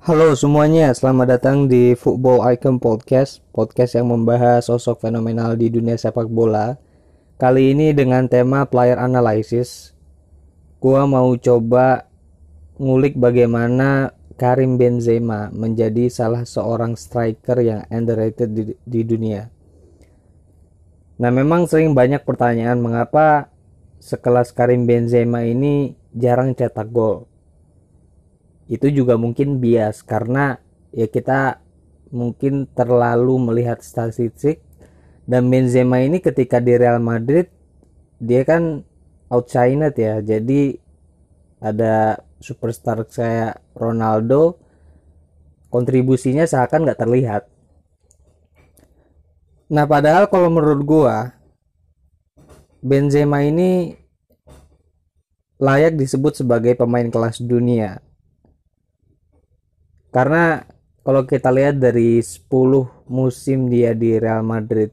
Halo semuanya, selamat datang di Football Icon Podcast yang membahas sosok fenomenal di dunia sepak bola. Kali ini dengan tema player analysis, gua mau coba ngulik bagaimana Karim Benzema menjadi salah seorang striker yang underrated di dunia. Nah, memang sering banyak pertanyaan mengapa sekelas Karim Benzema ini jarang cetak gol. Itu juga mungkin bias karena ya kita mungkin terlalu melihat statistik, dan Benzema ini ketika di Real Madrid dia kan outshined ya, jadi ada superstar kayak Ronaldo, kontribusinya seakan nggak terlihat. Nah, padahal kalau menurut gua Benzema ini layak disebut sebagai pemain kelas dunia. Karena kalau kita lihat dari 10 musim dia di Real Madrid,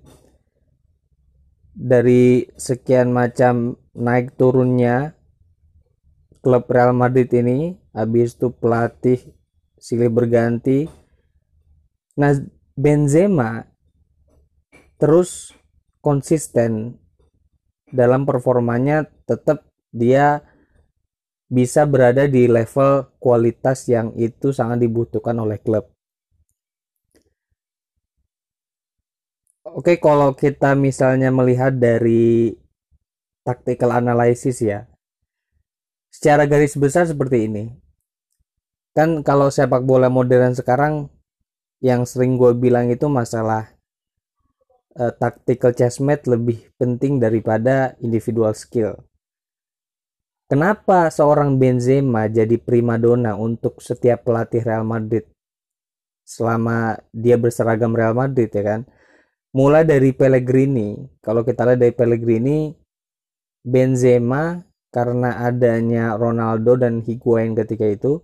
dari sekian macam naik turunnya klub Real Madrid ini, habis itu pelatih silih berganti. Nah, Benzema terus konsisten dalam performanya, tetap dia bisa berada di level kualitas yang itu sangat dibutuhkan oleh klub. Oke, kalau kita misalnya melihat dari tactical analysis ya, secara garis besar seperti ini. Kan kalau sepak bola modern sekarang yang sering gue bilang itu masalah tactical chessmatch lebih penting daripada individual skill. Kenapa seorang Benzema jadi primadona untuk setiap pelatih Real Madrid selama dia berseragam Real Madrid ya kan? Mulai dari Pellegrini, kalau kita lihat dari Pellegrini, Benzema karena adanya Ronaldo dan Higuain ketika itu,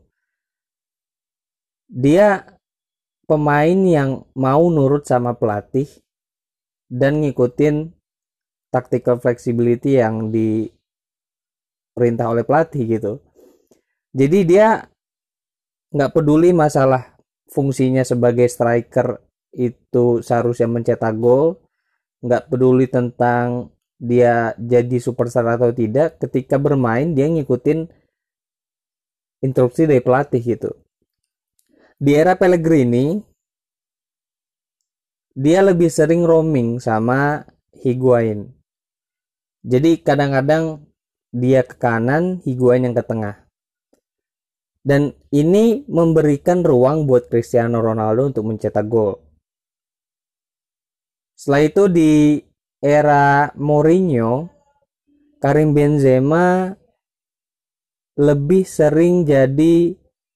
dia pemain yang mau nurut sama pelatih dan ngikutin tactical flexibility yang diperintah oleh pelatih gitu. Jadi dia nggak peduli masalah fungsinya sebagai striker itu seharusnya mencetak gol, nggak peduli tentang dia jadi superstar atau tidak. Ketika bermain dia ngikutin instruksi dari pelatih gitu. Di era Pellegrini dia lebih sering roaming sama Higuain. Jadi kadang-kadang dia ke kanan, Higuain yang ke tengah. Dan ini memberikan ruang buat Cristiano Ronaldo untuk mencetak gol. Setelah itu di era Mourinho, Karim Benzema lebih sering jadi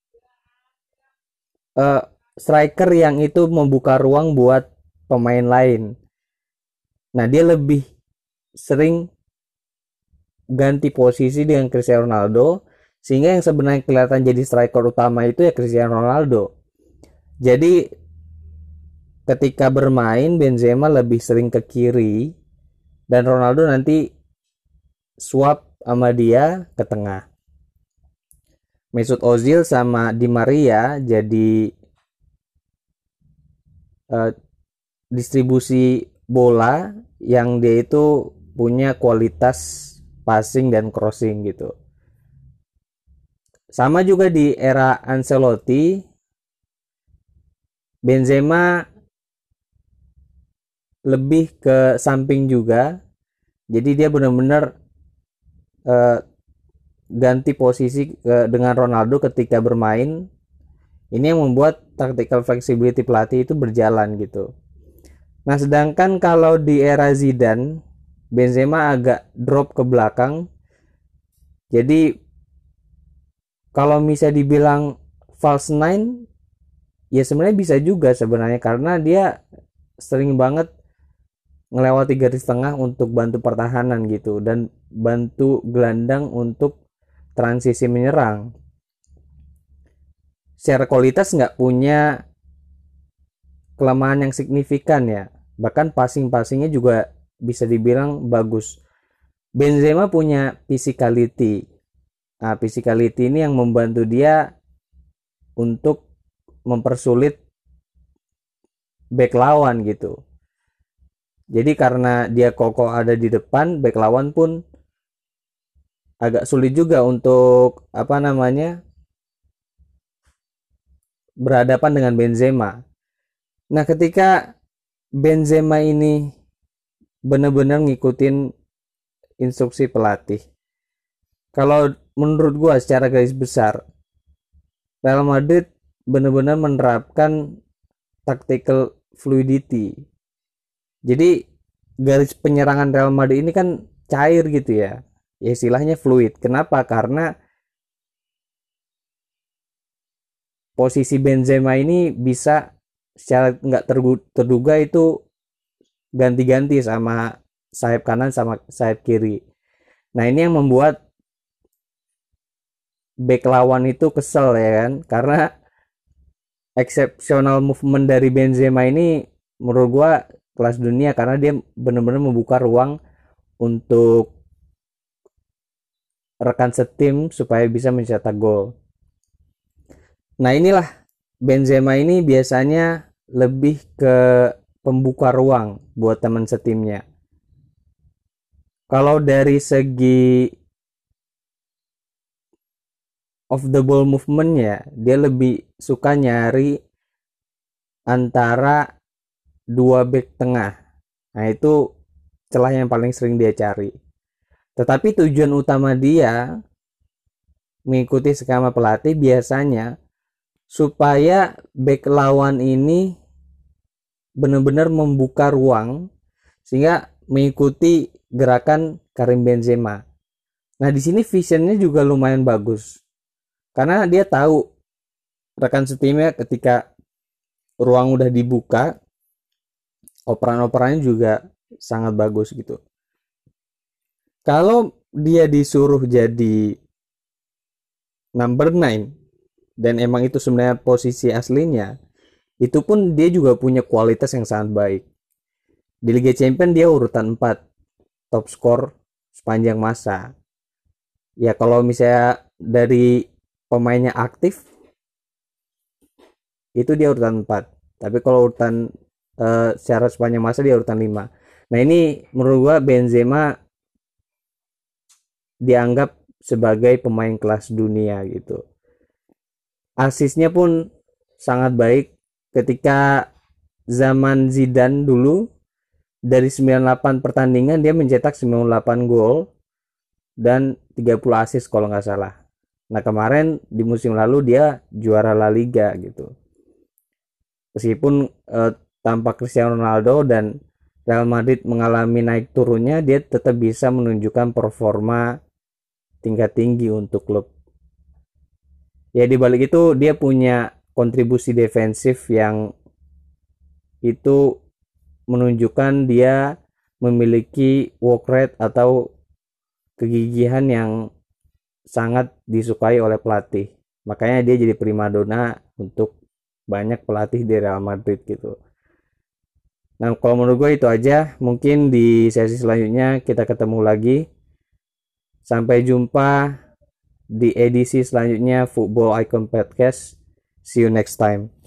striker yang itu membuka ruang buat pemain lain. Nah, dia lebih sering ganti posisi dengan Cristiano Ronaldo, sehingga yang sebenarnya kelihatan jadi striker utama itu ya Cristiano Ronaldo. Jadi ketika bermain Benzema lebih sering ke kiri dan Ronaldo nanti swap sama dia ke tengah. Mesut Ozil sama Di Maria jadi distribusi bola yang dia itu punya kualitas passing dan crossing gitu. Sama juga di era Ancelotti, Benzema lebih ke samping juga. Jadi dia benar-benar eh, ganti posisi dengan Ronaldo ketika bermain. Ini yang membuat tactical flexibility pelatih itu berjalan gitu. Nah, sedangkan kalau di era Zidane, Benzema agak drop ke belakang. Jadi kalau bisa dibilang false nine, ya sebenarnya bisa juga sebenarnya karena dia sering banget ngelewati garis tengah untuk bantu pertahanan gitu dan bantu gelandang untuk transisi menyerang. Secara kualitas nggak punya kelemahan yang signifikan ya. Bahkan passing-passingnya juga bisa dibilang bagus. Benzema punya physicality. Nah, physicality ini yang membantu dia untuk mempersulit back lawan gitu. Jadi karena dia kokoh ada di depan, back lawan pun agak sulit juga untuk berhadapan dengan Benzema. Nah, ketika Benzema ini benar-benar ngikutin instruksi pelatih. Kalau menurut gua secara garis besar, Real Madrid benar-benar menerapkan tactical fluidity. Jadi garis penyerangan Real Madrid ini kan cair gitu ya. Ya istilahnya fluid. Kenapa? Karena posisi Benzema ini bisa secara nggak terduga itu ganti-ganti sama sayap kanan sama sayap kiri. Nah, ini yang membuat back lawan itu kesel ya kan, karena exceptional movement dari Benzema ini menurut gua kelas dunia, karena dia benar-benar membuka ruang untuk rekan setim supaya bisa mencetak gol. Nah, inilah Benzema ini biasanya lebih ke pembuka ruang buat teman setimnya. Kalau dari segi off the ball movement-nya, dia lebih suka nyari antara dua back tengah. Nah, itu celah yang paling sering dia cari. Tetapi tujuan utama dia mengikuti skema pelatih biasanya supaya back lawan ini benar-benar membuka ruang sehingga mengikuti gerakan Karim Benzema. Nah, di sini visionnya juga lumayan bagus. Karena dia tahu rekan setimnya ketika ruang udah dibuka, operan-operannya juga sangat bagus gitu. Kalau dia disuruh jadi number 9 dan emang itu sebenarnya posisi aslinya, itu pun dia juga punya kualitas yang sangat baik. Di Liga Champions dia urutan 4 top skor sepanjang masa. Ya kalau misalnya dari pemainnya aktif itu dia urutan 4. Tapi kalau urutan secara sepanjang masa dia urutan 5. Nah, ini menurut gua Benzema dianggap sebagai pemain kelas dunia gitu. Asisnya pun sangat baik. Ketika zaman Zidane dulu, dari 98 pertandingan dia mencetak 98 gol dan 30 asis kalau nggak salah. Nah, kemarin di musim lalu dia juara La Liga gitu. Meskipun tanpa Cristiano Ronaldo dan Real Madrid mengalami naik turunnya, dia tetap bisa menunjukkan performa tingkat tinggi untuk klub. Ya, di balik itu dia punya kontribusi defensif yang itu menunjukkan dia memiliki work rate atau kegigihan yang sangat disukai oleh pelatih. Makanya dia jadi primadona untuk banyak pelatih di Real Madrid gitu. Nah, kalau menurut gue itu aja. Mungkin di sesi selanjutnya kita ketemu lagi. Sampai jumpa di edisi selanjutnya Football Icon Podcast. See you next time.